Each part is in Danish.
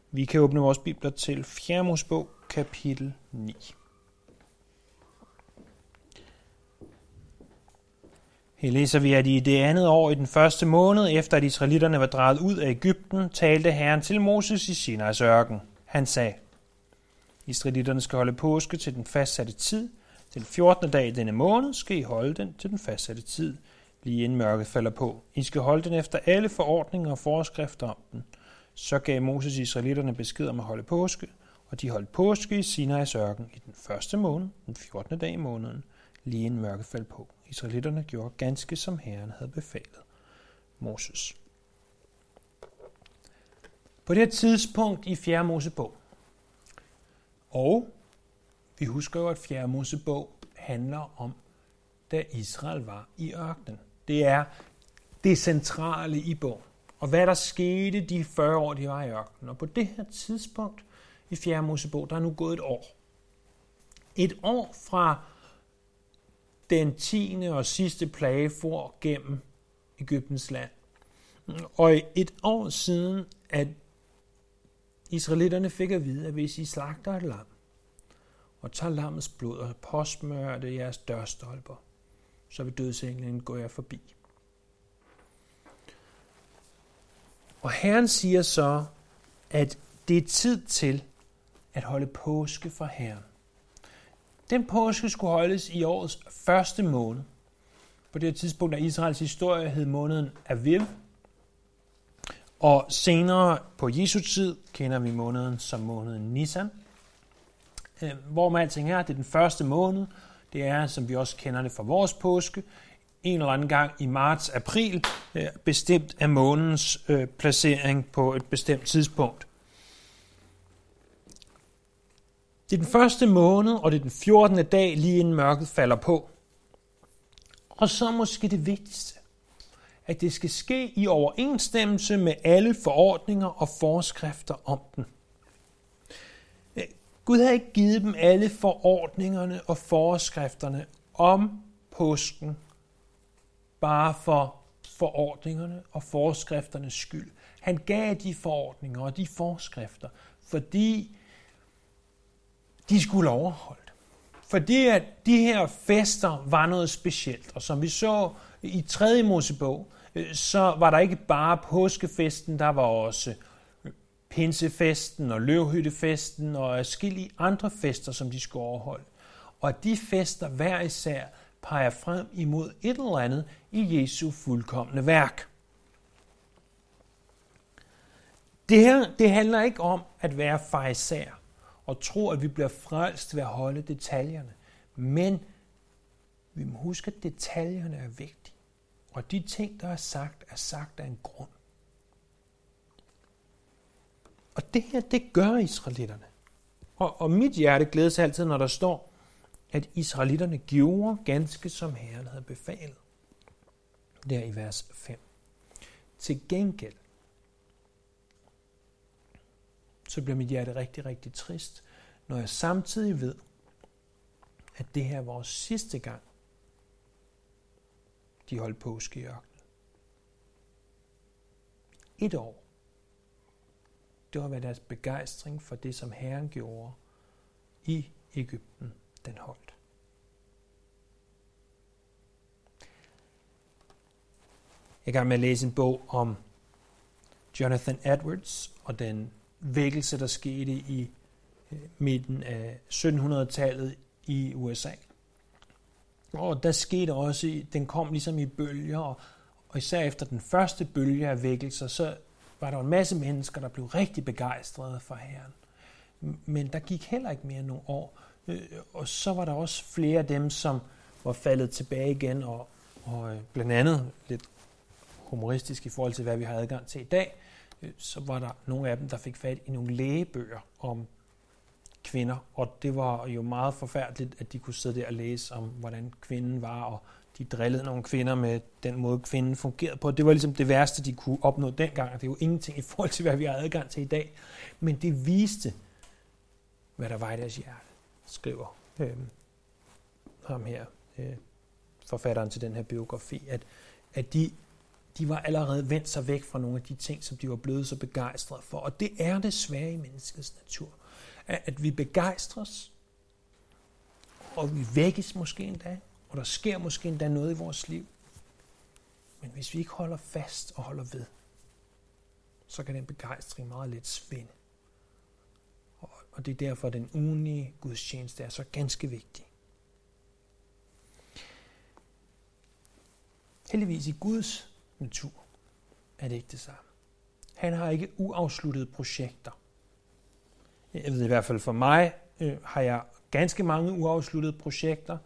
Vi kan åbne vores bibler til 4. Mosebog, kapitel 9. Her læser vi, at i det andet år i den første måned, efter at israelitterne var draget ud af Egypten, talte Herren til Moses i Sinais ørken. Han sagde, israelitterne skal holde påske til den fastsatte tid. Den 14. dag i denne måned skal I holde den til den fastsatte tid, lige inden mørket falder på. I skal holde den efter alle forordninger og forskrifter om den. Så gav Moses israelitterne besked om at holde påske, og de holdt påske i Sinais ørken i den første måned, den 14. dag i måneden, lige inden mørket faldt på. Israelitterne gjorde ganske som Herren havde befalet Moses. På det her tidspunkt i 4. Mosebog, og vi husker jo, at 4. Mosebog handler om, da Israel var i ørkenen. Det er det centrale i bogen. Og hvad der skete de 40 år, de var i ørkenen. Og på det her tidspunkt i 4. Mosebog, der er nu gået et år. Et år fra den 10. og sidste plage for gennem Egyptens land. Og et år siden, at israelitterne fik at vide, at hvis I slagter et lam, og tager lammets blod og påsmører det jeres dørstolper, så vil dødsenglen gå jer forbi. Og Herren siger så, at det er tid til at holde påske for Herren. Den påske skulle holdes i årets første måned. På det tidspunkt af Israels historie hed måneden Aviv. Og senere på Jesu tid kender vi måneden som måneden Nisan. Hvor man alting er, det er den første måned. Det er, som vi også kender det fra vores påske, en eller anden gang i marts-april, bestemt af månedens placering på et bestemt tidspunkt. Det er den første måned, og det er den 14. dag, lige inden mørket falder på. Og så måske det vigtigste, at det skal ske i overensstemmelse med alle forordninger og forskrifter om den. Gud har ikke givet dem alle forordningerne og forskrifterne om påsken, bare for forordningerne og forskrifternes skyld. Han gav de forordninger og de forskrifter, fordi de skulle overholde. Fordi at de her fester var noget specielt. Og som vi så i 3. Mosebog, så var der ikke bare påskefesten, der var også pinsefesten og løvhyttefesten og adskillige andre fester, som de skulle overholde. Og de fester hver især peger frem imod et eller andet i Jesu fuldkomne værk. Det her, det handler ikke om at være farisæer og tro, at vi bliver frelst ved at holde detaljerne. Men vi må huske, at detaljerne er vigtige. Og de ting, der er sagt af en grund. Og det her, det gør israelitterne. Og mit hjerte glæder sig altid, når der står, at israelitterne gjorde ganske som Herren havde befalet. Der i vers 5. Til gengæld, så bliver mit hjerte rigtig, rigtig trist, når jeg samtidig ved, at det her var vores sidste gang, de holdt påske i ørkenen. Et år. Det var, hvad deres begejstring for det, som Herren gjorde i Egypten, den holdt. Jeg er i gang med at læse en bog om Jonathan Edwards og den vækkelse, der skete i midten af 1700-tallet i USA. Og der skete også, den kom ligesom i bølger, og især efter den første bølge af vækkelser, så var der en masse mennesker, der blev rigtig begejstrede for Herren. Men der gik heller ikke mere end nogle år, og så var der også flere af dem, som var faldet tilbage igen, og blandt andet lidt humoristisk i forhold til, hvad vi har adgang til i dag, så var der nogle af dem, der fik fat i nogle lægebøger om kvinder, og det var jo meget forfærdeligt, at de kunne sidde der og læse om, hvordan kvinden var, og de drillede nogle kvinder med den måde, kvinden fungerede på. Det var ligesom det værste, de kunne opnå dengang, og det er jo ingenting i forhold til, hvad vi har adgang til i dag. Men det viste, hvad der var i deres hjerte, skriver ham her, forfatteren til den her biografi, at de de var allerede vendt sig væk fra nogle af de ting, som de var blevet så begejstrede for. Og det er desværre i menneskets natur, at vi begejstres, og vi vækkes måske endda, og der sker måske endda noget i vores liv. Men hvis vi ikke holder fast og holder ved, så kan den begejstring meget let svinde. Og det er derfor, at den ugenlige gudstjeneste er så ganske vigtig. Heldigvis i Guds natur er det ikke det samme. Han har ikke uafsluttede projekter. Jeg ved i hvert fald for mig, har jeg ganske mange uafsluttede projekter.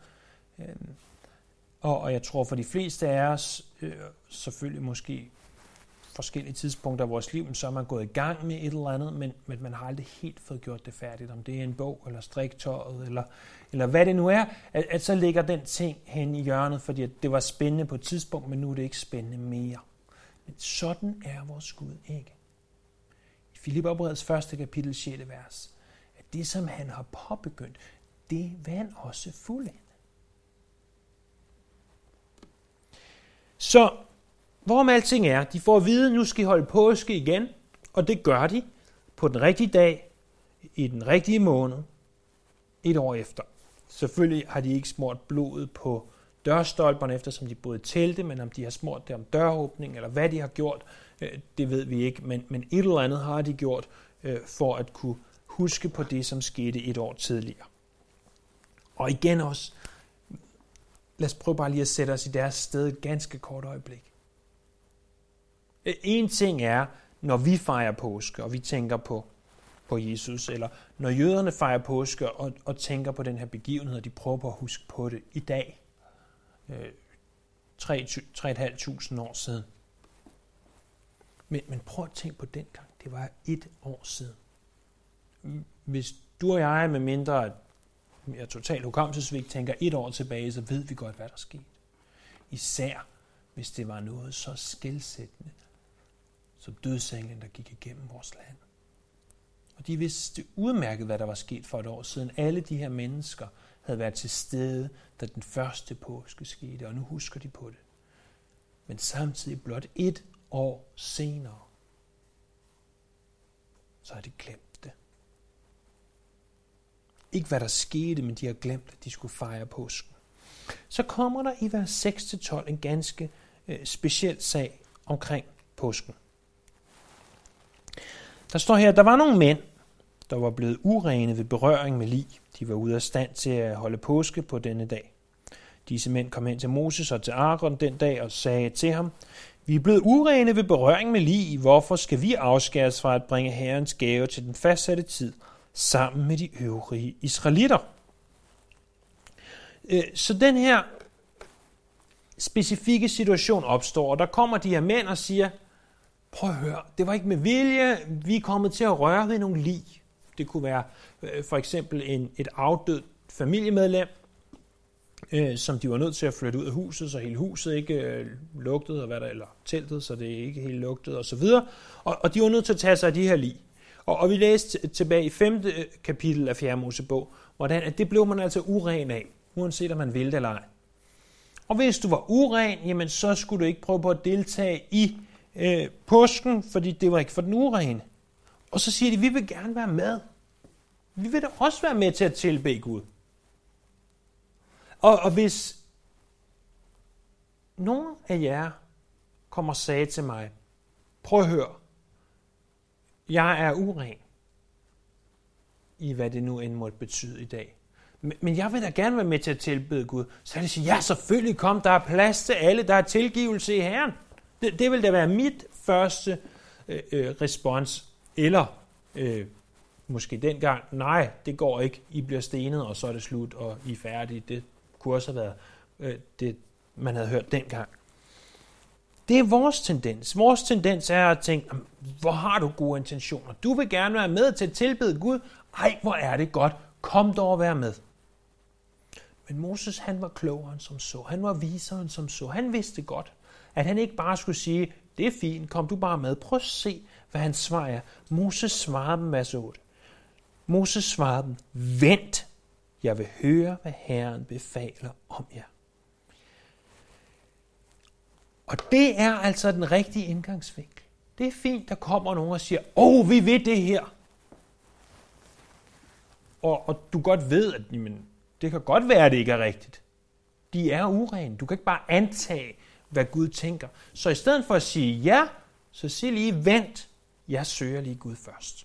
Og jeg tror for de fleste af os, selvfølgelig måske forskellige tidspunkter af vores liv, så er man gået i gang med et eller andet, men man har aldrig helt fået gjort det færdigt. Om det er en bog, eller striktøjet, eller hvad det nu er, at så ligger den ting hen i hjørnet, fordi det var spændende på et tidspunkt, men nu er det ikke spændende mere. Men sådan er vores Gud ikke. I Filipperbrevets 1. kapitel 6. vers, at det, som han har påbegyndt, det vil han også fuldende. Så hvorom alting er, de får at vide, at nu skal I holde påske igen, og det gør de på den rigtige dag, i den rigtige måned, et år efter. Selvfølgelig har de ikke smurt blodet på dørstolperne, eftersom de boede i telte, men om de har smurt det om døråbning, eller hvad de har gjort, det ved vi ikke, men et eller andet har de gjort, for at kunne huske på det, som skete et år tidligere. Og igen også, lad os prøve bare lige at sætte os i deres sted et ganske kort øjeblik. En ting er, når vi fejrer påske, og vi tænker på Jesus, eller når jøderne fejrer påske og tænker på den her begivenhed, og de prøver på at huske på det i dag, 3.500 år siden. Men prøv at tænke på den gang. Det var 1 år siden. Hvis du og jeg, med mindre at jeg totalt hukommelsesvigt, tænker 1 år tilbage, så ved vi godt, hvad der skete. Især hvis det var noget så skelsættende som dødsenglen, der gik igennem vores land. Og de vidste udmærket, hvad der var sket for 1 år siden. Alle de her mennesker havde været til stede, da den første påske skete, og nu husker de på det. Men samtidig blot 1 år senere, så har de glemt det. Ikke hvad der skete, men de har glemt, at de skulle fejre påsken. Så kommer der i vers 6-12 en ganske speciel sag omkring påsken. Der står her, at der var nogle mænd, der var blevet urene ved berøring med lig. De var ude af stand til at holde påske på denne dag. Disse mænd kom hen til Moses og til Aaron den dag og sagde til ham, vi er blevet urene ved berøring med lig. Hvorfor skal vi afskæres fra at bringe Herrens gave til den fastsatte tid sammen med de øvrige israelitter? Så den her specifikke situation opstår, og der kommer de her mænd og siger, prøv at høre, det var ikke med vilje, vi er kommet til at røre ved nogle lig. Det kunne være for eksempel et afdødt familiemedlem, som de var nødt til at flytte ud af huset, så hele huset ikke lugtede, eller teltet, så det ikke helt lugtede osv. Og de var nødt til at tage sig af de her lig. Og vi læste tilbage i 5. kapitel af 4. Mosebog, hvordan at det blev man altså uren af, uanset om man ville det eller ej. Og hvis du var uren, jamen så skulle du ikke prøve på at deltage i påsken, fordi det var ikke for den urene. Og så siger de, vi vil gerne være med. Vi vil da også være med til at tilbede Gud. Og hvis nogen af jer kommer og sagde til mig, prøv at høre, jeg er uren, i hvad det nu end måtte betyde i dag. Men jeg vil da gerne være med til at tilbede Gud. Så vil jeg sige, ja, selvfølgelig kom, der er plads til alle, der er tilgivelse i Herren. Det vil da være mit første respons. Eller måske dengang, nej, det går ikke, I bliver stenet, og så er det slut, og I er færdige. Det kunne også have været det, man havde hørt dengang. Det er vores tendens. Vores tendens er at tænke, hvor har du gode intentioner? Du vil gerne være med til at tilbede Gud. Ej, hvor er det godt. Kom dog og vær med. Men Moses, han var klogere end som så. Han var visere end som så. Han vidste godt, at han ikke bare skulle sige, det er fint, kom du bare med. Prøv at se, hvad hans svar er. Moses svarede dem, vers 8. Moses svarede dem, vent, jeg vil høre, hvad Herren befaler om jer. Og det er altså den rigtige indgangsvinkel. Det er fint, der kommer nogen og siger, vi ved det her. Og du godt ved, at det kan godt være, at det ikke er rigtigt. De er urene. Du kan ikke bare antage, hvad Gud tænker. Så i stedet for at sige ja, så sig lige, vent, jeg søger lige Gud først.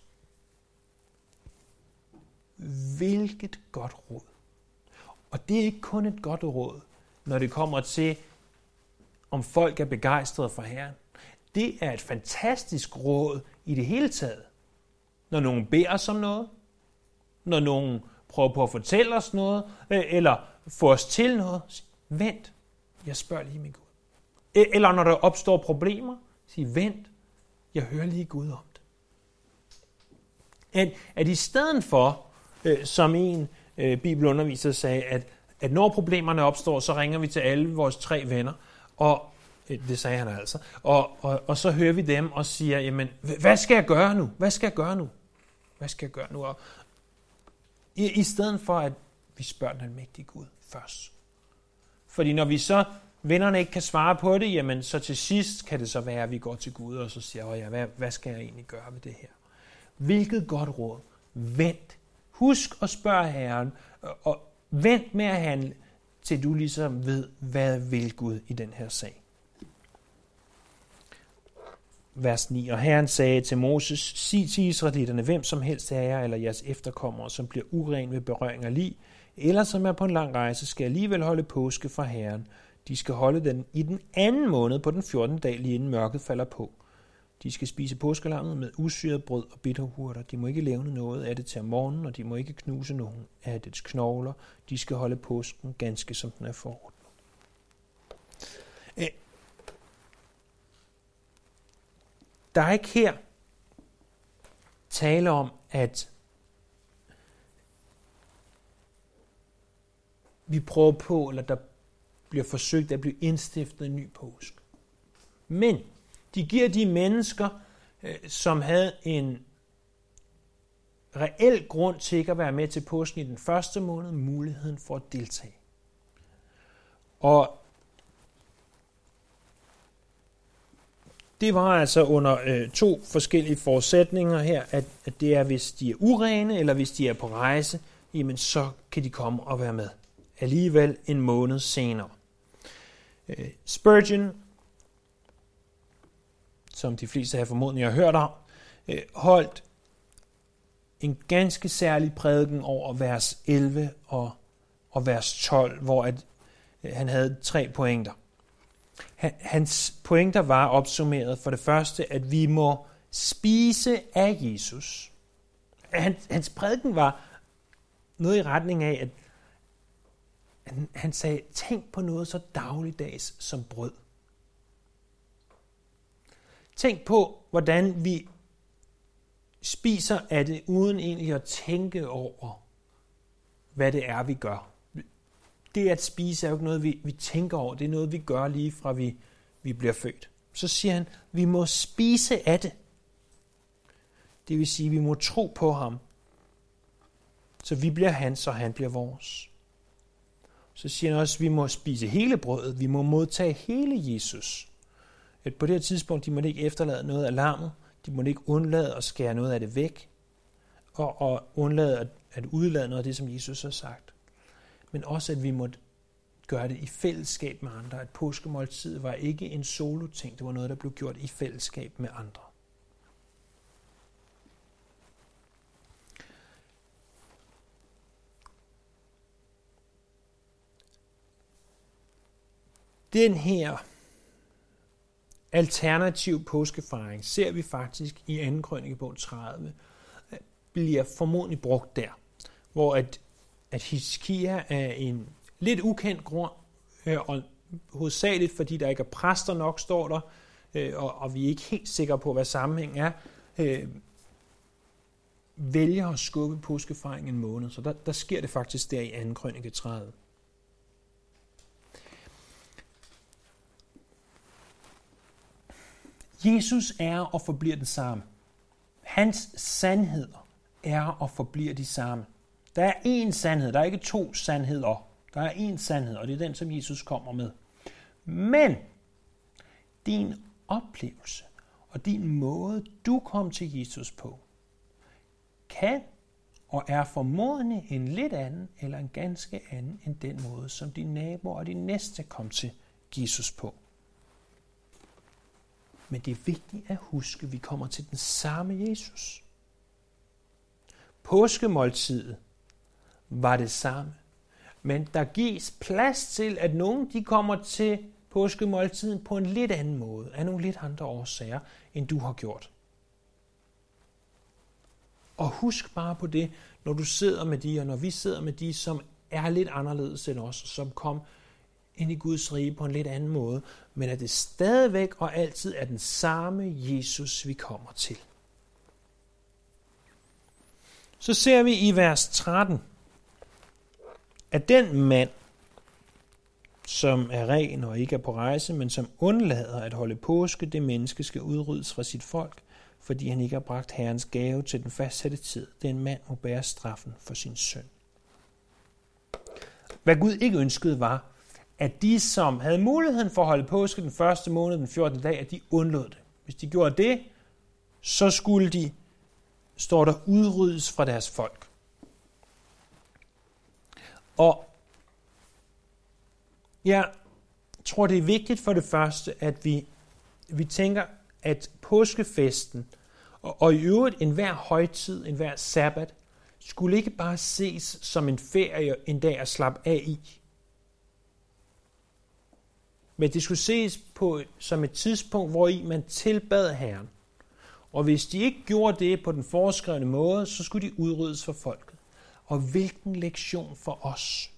Hvilket godt råd. Og det er ikke kun et godt råd, når det kommer til, om folk er begejstrede for Herren. Det er et fantastisk råd i det hele taget. Når nogen beder os om noget, når nogen prøver på at fortælle os noget, eller få os til noget, vent, jeg spørger lige min Gud. Eller når der opstår problemer, sig vent, jeg hører lige Gud om det. At i stedet for, som en bibelunderviser sagde, at når problemerne opstår, så ringer vi til alle vores 3 venner, og det sagde han altså, og så hører vi dem og siger, jamen, hvad skal jeg gøre nu? Hvad skal jeg gøre nu? Hvad skal jeg gøre nu? Og i stedet for, at vi spørger den almægtige Gud først. Fordi når vi så, vennerne ikke kan svare på det, jamen så til sidst kan det så være, at vi går til Gud og så siger, hvad skal jeg egentlig gøre ved det her? Hvilket godt råd. Vent. Husk at spørge Herren, og vent med at handle, til du ligesom ved, hvad vil Gud i den her sag. Vers 9. Og Herren sagde til Moses, sig til israelitterne, hvem som helst af jer eller jeres efterkommere, som bliver uren ved berøring af lig, eller som er på en lang rejse, skal alligevel holde påske for Herren. De skal holde den i den anden måned på den 14. dag, lige inden mørket falder på. De skal spise påskelammet med usyret brød og bitterurter. De må ikke levne noget af det til om morgenen, og de må ikke knuse nogen af dets knogler. De skal holde påsken ganske som den er forordnet. Der er ikke her tale om, at vi prøver på, eller der bliver forsøgt at blive indstiftet en ny påske. Men de giver de mennesker, som havde en reel grund til ikke at være med til påsken i den første måned, muligheden for at deltage. Og det var altså under 2 forskellige forudsætninger her, at det er, hvis de er urene, eller hvis de er på rejse, jamen så kan de komme og være med. Alligevel en måned senere. Spurgeon, som de fleste her formodentlig har hørt om, holdt en ganske særlig prædiken over vers 11 og vers 12, hvor han havde 3 pointer. Hans pointer var opsummeret for det første, at vi må spise af Jesus. Hans prædiken var noget i retning af, at han sagde, tænk på noget så dagligdags som brød. Tænk på, hvordan vi spiser af det, uden egentlig at tænke over, hvad det er, vi gør. Det at spise er jo ikke noget, vi tænker over. Det er noget, vi gør lige fra vi bliver født. Så siger han, vi må spise af det. Det vil sige, vi må tro på ham. Så vi bliver hans, og han bliver vores. Så siger han også, at vi må spise hele brødet. Vi må modtage hele Jesus. At på det her tidspunkt, de må ikke efterlade noget af lammet. De må ikke undlade at skære noget af det væk. Og undlade at udlade noget af det, som Jesus har sagt. Men også, at vi måtte gøre det i fællesskab med andre. At påskemåltid var ikke en solo-ting. Det var noget, der blev gjort i fællesskab med andre. Den her alternativ påskefejring ser vi faktisk i 2. Krønikebog 30, bliver formodentlig brugt der, hvor at Hiskia er en lidt ukendt grund, og hovedsageligt fordi der ikke er præster nok, står der, og vi er ikke helt sikre på, hvad sammenhængen er, vælger at skubbe påskefejringen en måned. Så der sker det faktisk der i 2. Krønike 30. Jesus er og forbliver den samme. Hans sandheder er og forbliver de samme. Der er én sandhed, der er ikke 2 sandheder. Der er én sandhed, og det er den, som Jesus kommer med. Men din oplevelse og din måde, du kom til Jesus på, kan og er formodentlig en lidt anden eller en ganske anden end den måde, som din naboer og din næste kom til Jesus på. Men det er vigtigt at huske, at vi kommer til den samme Jesus. Påskemåltidet var det samme, men der gives plads til, at nogen de kommer til påskemåltiden på en lidt anden måde, af nogle lidt andre årsager, end du har gjort. Og husk bare på det, når du sidder med de, og når vi sidder med de, som er lidt anderledes end os, som kom ind i Guds rige på en lidt anden måde, men at det stadigvæk og altid er den samme Jesus, vi kommer til. Så ser vi i vers 13, at den mand, som er ren og ikke er på rejse, men som undlader at holde påske, det menneske skal udryddes fra sit folk, fordi han ikke har bragt Herrens gave til den fastsatte tid. Den mand må bære straffen for sin synd. Hvad Gud ikke ønskede var, at de, som havde muligheden for at holde påske den første måned, den 14. dag, at de undlod det. Hvis de gjorde det, så skulle de, står der, udryddes fra deres folk. Og jeg tror, det er vigtigt for det første, at vi tænker, at påskefesten og i øvrigt enhver højtid, enhver sabbat, skulle ikke bare ses som en ferie, en dag at slappe af i. Men det skulle ses på som et tidspunkt, hvor i man tilbad Herren. Og hvis de ikke gjorde det på den foreskrevne måde, så skulle de udryddes for folket. Og hvilken lektion for os,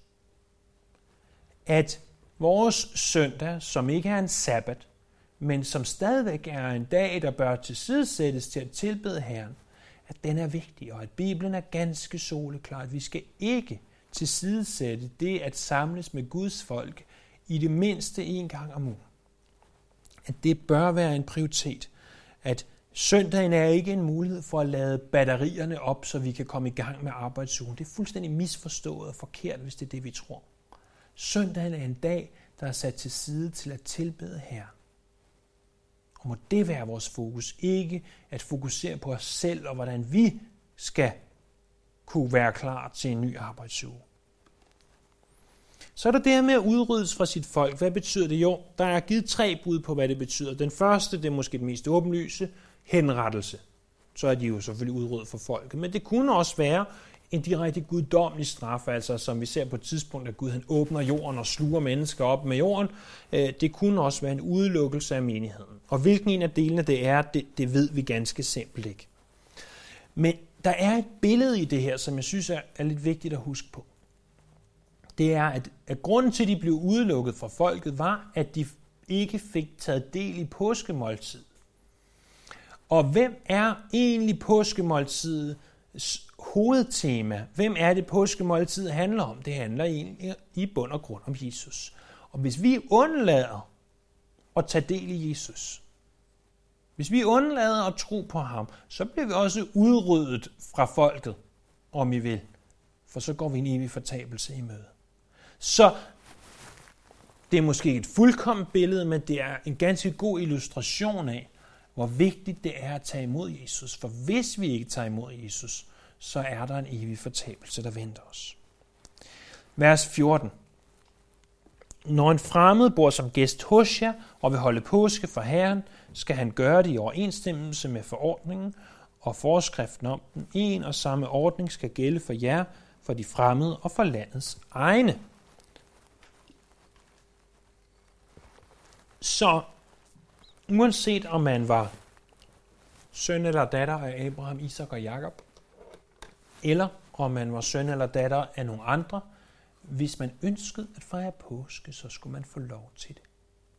at vores søndag, som ikke er en sabbat, men som stadigvæk er en dag, der bør tilsidesættes til at tilbede Herren, at den er vigtig, og at Bibelen er ganske soleklar, at vi skal ikke tilsidesætte det at samles med Guds folk i det mindste en gang om ugen. At det bør være en prioritet, at søndagen er ikke en mulighed for at lade batterierne op, så vi kan komme i gang med arbejdsugen. Det er fuldstændig misforstået og forkert, hvis det er det, vi tror. Søndagen er en dag, der er sat til side til at tilbede Herren. Og må det være vores fokus, ikke at fokusere på os selv og hvordan vi skal kunne være klar til en ny arbejdsuge. Så er der det her med at udryddes fra sit folk. Hvad betyder det? Jo, der er givet 3 bud på, hvad det betyder. Den første, det er måske det mest åbenlyse, henrettelse. Så er de jo selvfølgelig udryddet fra folket. Men det kunne også være en direkte guddommelig straf, altså som vi ser på et tidspunkt, at Gud han åbner jorden og sluger mennesker op med jorden. Det kunne også være en udelukkelse af menigheden. Og hvilken en af delene det er, det ved vi ganske simpelt ikke. Men der er et billede i det her, som jeg synes er lidt vigtigt at huske på. Det er, at grunden til, at de blev udelukket fra folket, var, at de ikke fik taget del i påskemåltid. Og hvem er egentlig påskemåltidets hovedtema? Hvem er det, påskemåltid handler om? Det handler egentlig i bund og grund om Jesus. Og hvis vi undlader at tage del i Jesus, hvis vi undlader at tro på ham, så bliver vi også udryddet fra folket, om I vil. For så går vi en evig fortabelse i møde. Så det er måske et fuldkomment billede, men det er en ganske god illustration af, hvor vigtigt det er at tage imod Jesus. For hvis vi ikke tager imod Jesus, så er der en evig fortabelse, der venter os. Vers 14. Når en fremmed bor som gæst hos jer og vil holde påske for Herren, skal han gøre det i overensstemmelse med forordningen og forskriften om den. En og samme ordning skal gælde for jer, for de fremmede og for landets egne. Så uanset om man var søn eller datter af Abraham, Isak og Jakob, eller om man var søn eller datter af nogle andre, hvis man ønskede at fejre påske, så skulle man få lov til det.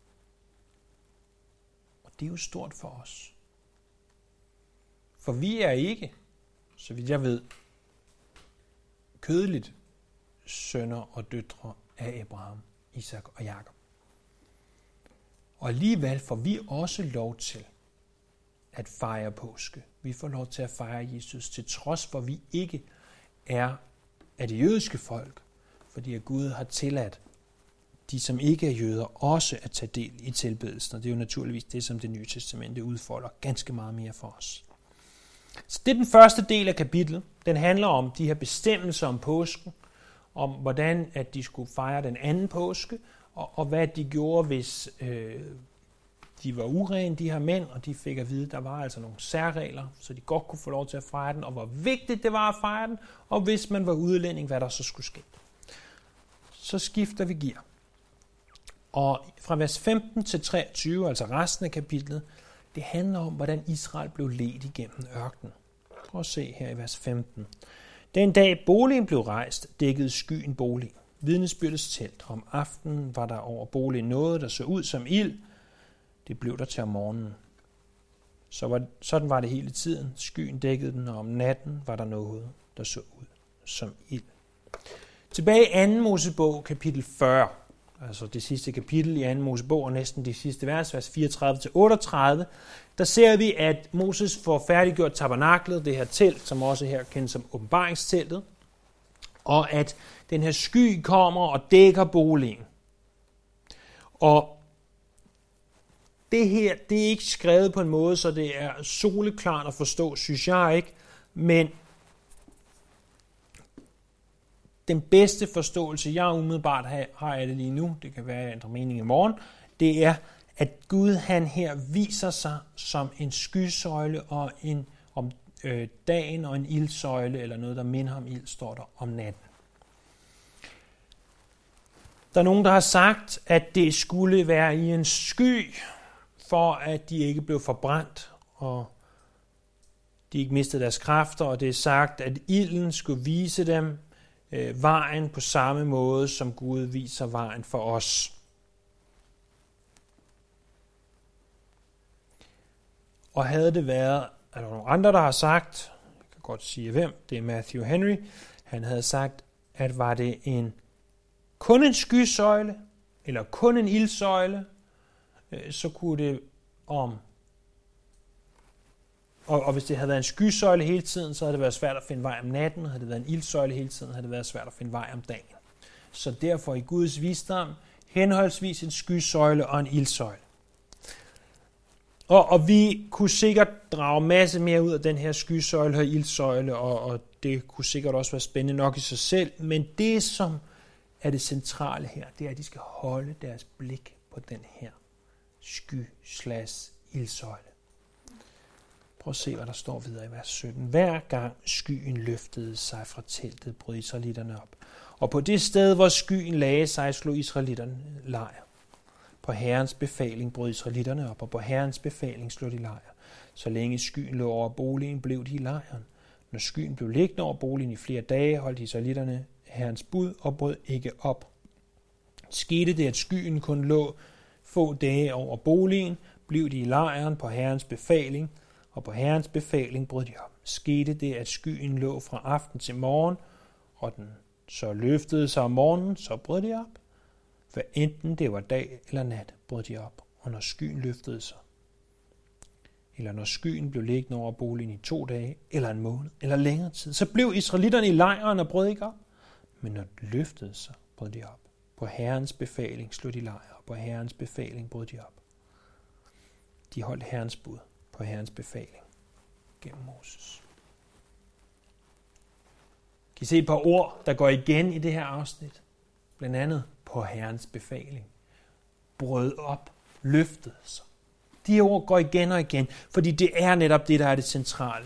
Og det er jo stort for os. For vi er ikke, så vidt jeg ved, kødeligt sønner og døtre af Abraham, Isak og Jakob. Og alligevel får vi også lov til at fejre påske. Vi får lov til at fejre Jesus, til trods for, at vi ikke er af det jødiske folk, fordi at Gud har tilladt de, som ikke er jøder, også at tage del i tilbedelsen. Og det er jo naturligvis det, som det nye testamente udfolder ganske meget mere for os. Så det er den første del af kapitlet. Den handler om de her bestemmelser om påsken, om hvordan at de skulle fejre den anden påske, og hvad de gjorde, hvis de var urene, de her mænd, og de fik at vide, at der var altså nogle særregler, så de godt kunne få lov til at fejre den, og hvor vigtigt det var at fejre den, og hvis man var udlænding, hvad der så skulle ske. Så skifter vi gear. Og fra vers 15 til 23, altså resten af kapitlet, det handler om, hvordan Israel blev ledt igennem ørkenen. Prøv at se her i vers 15. Den dag boligen blev rejst, dækkede skyen boligen. Vidnesbyrdets telt. Om aftenen var der over boligen noget, der så ud som ild. Det blev der til om morgenen. Sådan var det hele tiden. Skyen dækkede den, og om natten var der noget, der så ud som ild. Tilbage i 2. Mosebog, kapitel 40. Altså det sidste kapitel i 2. Mosebog, og næsten de sidste vers 34-38, der ser vi, at Moses får færdiggjort tabernaklet, det her telt, som også her kendes som åbenbaringsteltet, og at den her sky kommer og dækker boligen. Og det her, det er ikke skrevet på en måde, så det er soleklart at forstå, synes jeg ikke, men den bedste forståelse, jeg umiddelbart har af det lige nu, det kan være, jeg ændrer mening i morgen, det er, at Gud han her viser sig som en skysøjle og om dagen og en ildsøjle, eller noget, der minder om ild, står der om natten. Der er nogen, der har sagt, at det skulle være i en sky, for at de ikke blev forbrændt, og de ikke mistede deres kræfter, og det er sagt, at ilden skulle vise dem vejen på samme måde, som Gud viser vejen for os. Og havde det været, er der nogle andre, der har sagt, jeg kan godt sige hvem, det er Matthew Henry, han havde sagt, at var det kun en skysøjle, eller kun en ildsøjle, så kunne det og hvis det havde været en skysøjle hele tiden, så havde det været svært at finde vej om natten, og havde det været en ildsøjle hele tiden, havde det været svært at finde vej om dagen. Så derfor i Guds visdom henholdsvis en skysøjle og en ildsøjle. Og vi kunne sikkert drage masse mere ud af den her skysøjle og ildsøjle, og det kunne sikkert også være spændende nok i sig selv, men det, som er det centrale her, det er, at de skal holde deres blik på den her sky/ildsøjle. Prøv at se, hvad der står videre i vers 17. Hver gang skyen løftede sig fra teltet, brød israelitterne op. Og på det sted, hvor skyen lagde sig, slog israelitterne lejr. På Herrens befaling brød israelitterne op, og på Herrens befaling slog de lejr. Så længe skyen lå over boligen, blev de i lejren. Når skyen blev liggende over boligen i flere dage, holdt israelitterne Herrens bud og brød ikke op. Skete det, at skyen kun lå få dage over boligen, blev de i lejren på Herrens befaling, og på Herrens befaling brød de op. Skete det, at skyen lå fra aften til morgen, og den så løftede sig om morgenen, så brød de op. For enten det var dag eller nat, brød de op. Og når skyen løftede sig, eller når skyen blev liggende over boligen i 2 dage, eller en måned, eller længere tid, så blev israelitterne i lejren og brød ikke op. Men når det løftede sig, brød de op. På Herrens befaling slog de lejr, og på Herrens befaling brød de op. De holdt Herrens bud på Herrens befaling gennem Moses. Kan I se et par ord, der går igen i det her afsnit? Blandt andet på Herrens befaling. Brød op, løftede sig. De her ord går igen og igen, fordi det er netop det, der er det centrale.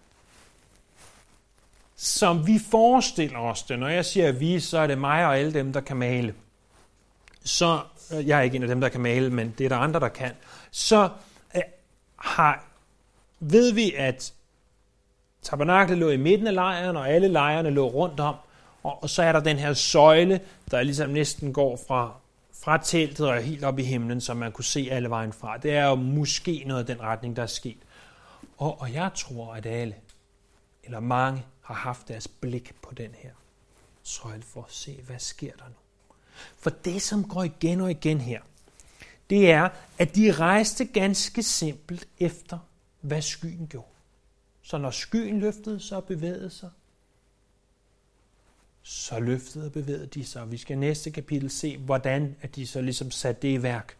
Som vi forestiller os det, når jeg siger vi, så er det mig og alle dem, der kan male. Så, jeg er ikke en af dem, der kan male, men det er der andre, der kan. Så ved vi, at tabernaklet lå i midten af lejren, og alle lejrene lå rundt om, og så er der den her søjle, der ligesom næsten går fra teltet og helt op i himlen, så man kunne se alle vejen fra. Det er jo måske noget af den retning, der er sket. Og jeg tror, at alle, eller mange, har haft deres blik på den her søjle for at se, hvad sker der nu. For det, som går igen og igen her, det er, at de rejste ganske simpelt efter, hvad skyen gjorde. Så når skyen løftede sig og bevægede sig, så løftede og bevægede de sig. Og vi skal næste kapitel se, hvordan at de så ligesom satte det i værk.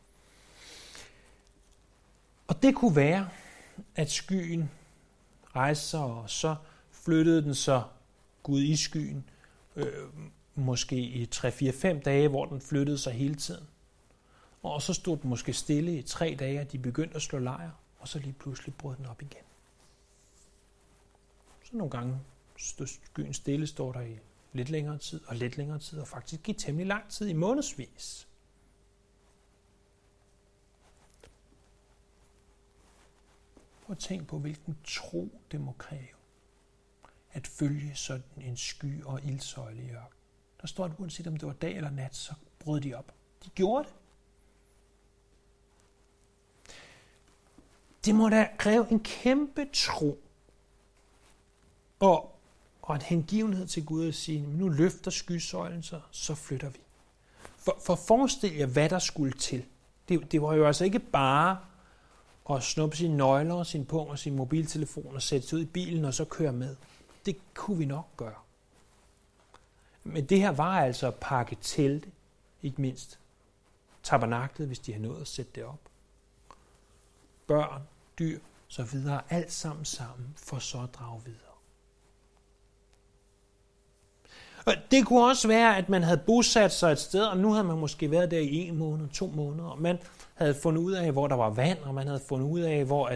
Og det kunne være, at skyen rejste sig, og så flyttede den så Gud i skyen, måske i 3-4-5 dage, hvor den flyttede sig hele tiden. Og så stod den måske stille i 3 dage, og de begyndte at slå lejr, og så lige pludselig brød den op igen. Så nogle gange stod skyen stille, står der i lidt længere tid, og faktisk i temmelig lang tid, i månedsvis. Prøv at tænke på, hvilken tro det må kræve at følge sådan en sky og ildsøjle i ørkenen. Der står, at uanset om det var dag eller nat, så brød de op. De gjorde det. Det må da kræve en kæmpe tro og en hengivenhed til Gud at sige, nu løfter skysøjlen sig, så flytter vi. For forestil jer, hvad der skulle til. Det var jo altså ikke bare at snuppe sine nøgler, sin pung og sin mobiltelefon og sætte sig ud i bilen og så køre med. Det kunne vi nok gøre. Men det her var altså at pakke telte, ikke mindst tabernaklet, hvis de havde nået at sætte det op. Børn, dyr, så videre, alt sammen for så at drage videre. Og det kunne også være, at man havde bosat sig et sted, og nu havde man måske været der i 1 måned, 2 måneder, og man havde fundet ud af, hvor der var vand, og man havde fundet ud af, hvor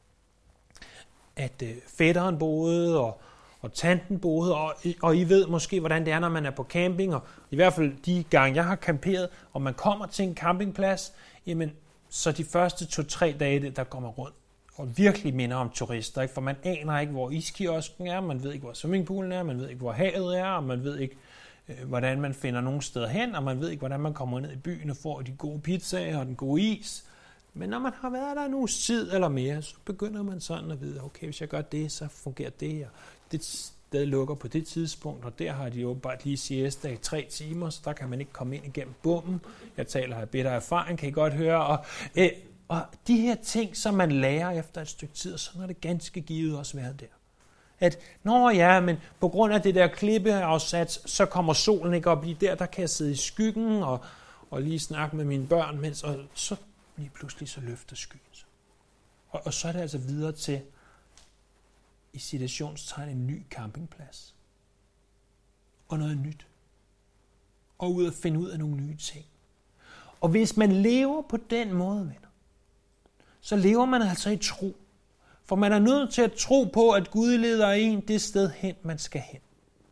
at fætteren boede, og tanten boede, og I ved måske, hvordan det er, når man er på camping, og i hvert fald de gange, jeg har camperet, og man kommer til en campingplads, jamen, så de første 2-3 dage, der går man rundt, og virkelig minder om turister, ikke? For man aner ikke, hvor iskiosken er, man ved ikke, hvor swimmingpoolen er, man ved ikke, hvor havet er, og man ved ikke, hvordan man finder nogle steder hen, og man ved ikke, hvordan man kommer ned i byen og får de gode pizzaer og den gode is. Men når man har været der en uges tid eller mere, så begynder man sådan at vide, okay, hvis jeg gør det, så fungerer det, og det sted lukker på det tidspunkt, og der har de åbenbart lige siesta i 3 timer, så der kan man ikke komme ind igennem bommen. Jeg taler af bedre erfaring, kan I godt høre. Og de her ting, som man lærer efter et stykke tid, så har det ganske givet også været der. At, men på grund af det der klippeafsats, så kommer solen ikke op lige der kan jeg sidde i skyggen og lige snakke med mine børn, mens, og så lige pludselig så løfter skyen sig. Og så er det altså videre til, i citationstegn, en ny campingplads. Og noget nyt. Og ud at finde ud af nogle nye ting. Og hvis man lever på den måde, venner, så lever man altså i tro. For man er nødt til at tro på, at Gud leder en det sted hen, man skal hen.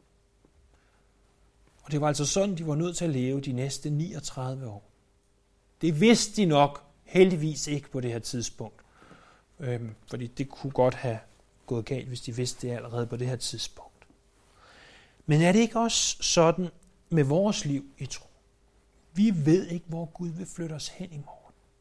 Og det var altså sådan, de var nødt til at leve de næste 39 år. Det vidste de nok heldigvis ikke på det her tidspunkt. Fordi det kunne godt have gået galt, hvis de vidste det allerede på det her tidspunkt. Men er det ikke også sådan med vores liv i tro? Vi ved ikke, hvor Gud vil flytte os hen i morgen.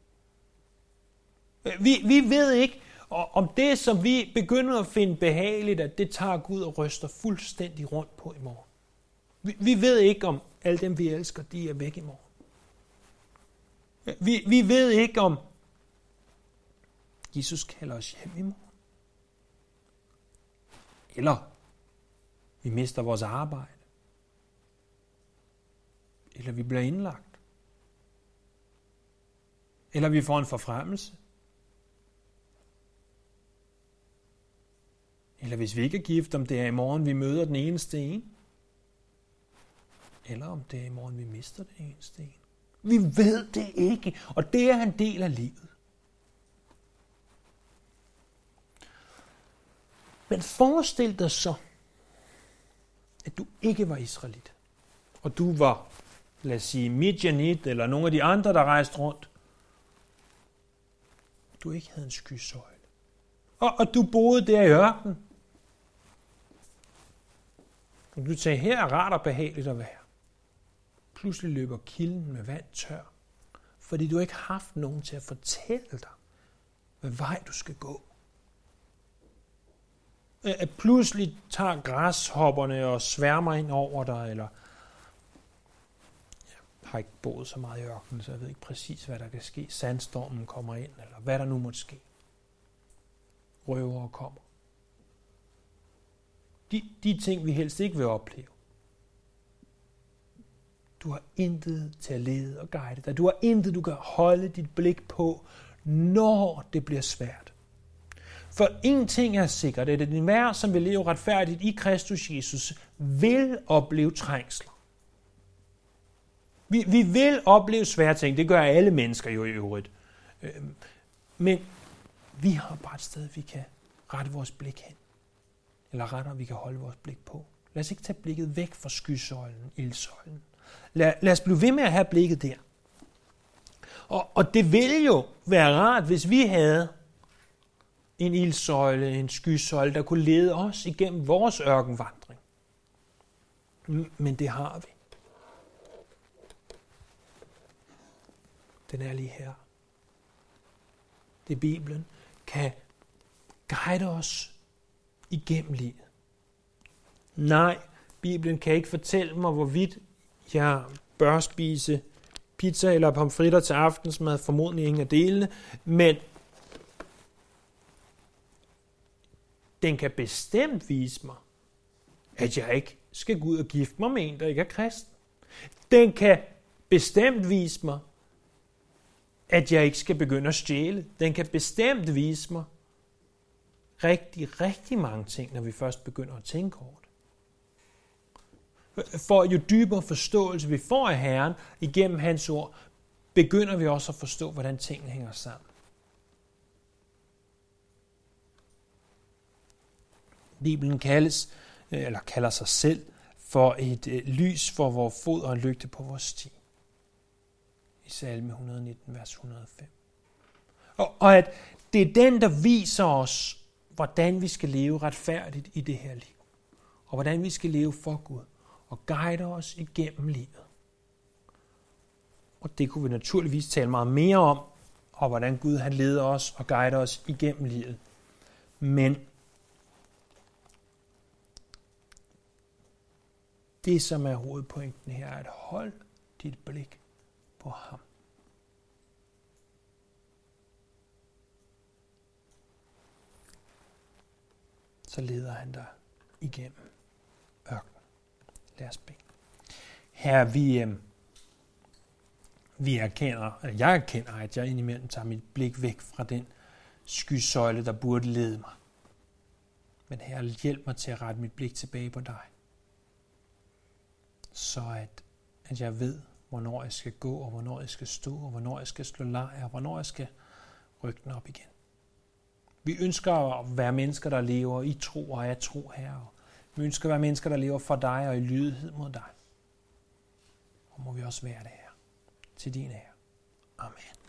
Vi ved ikke, om det, som vi begynder at finde behageligt, at det tager Gud og ryster fuldstændig rundt på i morgen. Vi ved ikke, om alle dem, vi elsker, de er væk i morgen. Vi ved ikke, om Jesus kalder os hjem i morgen. Eller vi mister vores arbejde. Eller vi bliver indlagt. Eller vi får en forfremmelse. Eller hvis vi ikke er gift, om det er i morgen, vi møder den eneste en. Eller om det er i morgen, vi mister den eneste en. Vi ved det ikke, og det er en del af livet. Men forestil dig så, at du ikke var israelit, og du var, lad os sige, midjanit, eller nogle af de andre, der rejste rundt. Du ikke havde en skysøjle. Og du boede der i ørkenen. Og du sagde, her er rart og behageligt at være. Pludselig løber kilden med vand tør, fordi du ikke har haft nogen til at fortælle dig, hvad vej du skal gå. At pludselig tager græshopperne og sværmer ind over dig, eller jeg har ikke boet så meget i ørkenen, så jeg ved ikke præcis, hvad der kan ske. Sandstormen kommer ind, eller hvad der nu måtte ske. Røvere kommer. De ting, vi helst ikke vil opleve. Du har intet til at lede og guide dig. Du har intet, du kan holde dit blik på, når det bliver svært. For en ting er sikkert, at enhver, som vil leve retfærdigt i Kristus Jesus, vil opleve trængsler. Vi vil opleve svære ting. Det gør alle mennesker jo i øvrigt. Men vi har bare et sted, vi kan rette vores blik hen. Eller rettere, vi kan holde vores blik på. Lad os ikke tage blikket væk fra skysøjlen, ildsøjlen. Lad os blive ved med at have blikket der. Og det ville jo være rart, hvis vi havde en ildsøjle, en skysøjle, der kunne lede os igennem vores ørkenvandring. Men det har vi. Den er lige her. Det er Bibelen, kan guide os igennem livet. Nej, Bibelen kan ikke fortælle mig, hvorvidt jeg bør spise pizza eller pomfritter til aftensmad, formodentlig ingen af delene, men den kan bestemt vise mig, at jeg ikke skal gå ud og gifte mig med en, der ikke er kristen. Den kan bestemt vise mig, at jeg ikke skal begynde at stjæle. Den kan bestemt vise mig rigtig, rigtig mange ting, når vi først begynder at tænke over det. For jo dybere forståelse vi får af Herren igennem hans ord, begynder vi også at forstå, hvordan tingene hænger sammen. Bibelen kalder sig selv for et lys for vores fod og en lygte på vores sti. I salme 119, vers 105. Og at det er den, der viser os, hvordan vi skal leve retfærdigt i det her liv. Og hvordan vi skal leve for Gud. Og guide os igennem livet. Og det kunne vi naturligvis tale meget mere om, og hvordan Gud han leder os og guider os igennem livet. Men det, som er hovedpointen her, er at holde dit blik på ham. Så leder han dig igennem ørkenen. Lad os bede. Herre, jeg erkender, at jeg indimellem tager mit blik væk fra den skysøjle, der burde lede mig. Men Herre, hjælp mig til at rette mit blik tilbage på dig. Så at jeg ved, hvornår jeg skal gå, og hvornår jeg skal stå, og hvornår jeg skal slå lejr, og hvornår jeg skal rykke den op igen. Vi ønsker at være mennesker, der lever i tro og af tro, Herre. Vi ønsker at være mennesker, der lever for dig og i lydighed mod dig. Og må vi også være det her. Til din ære. Amen.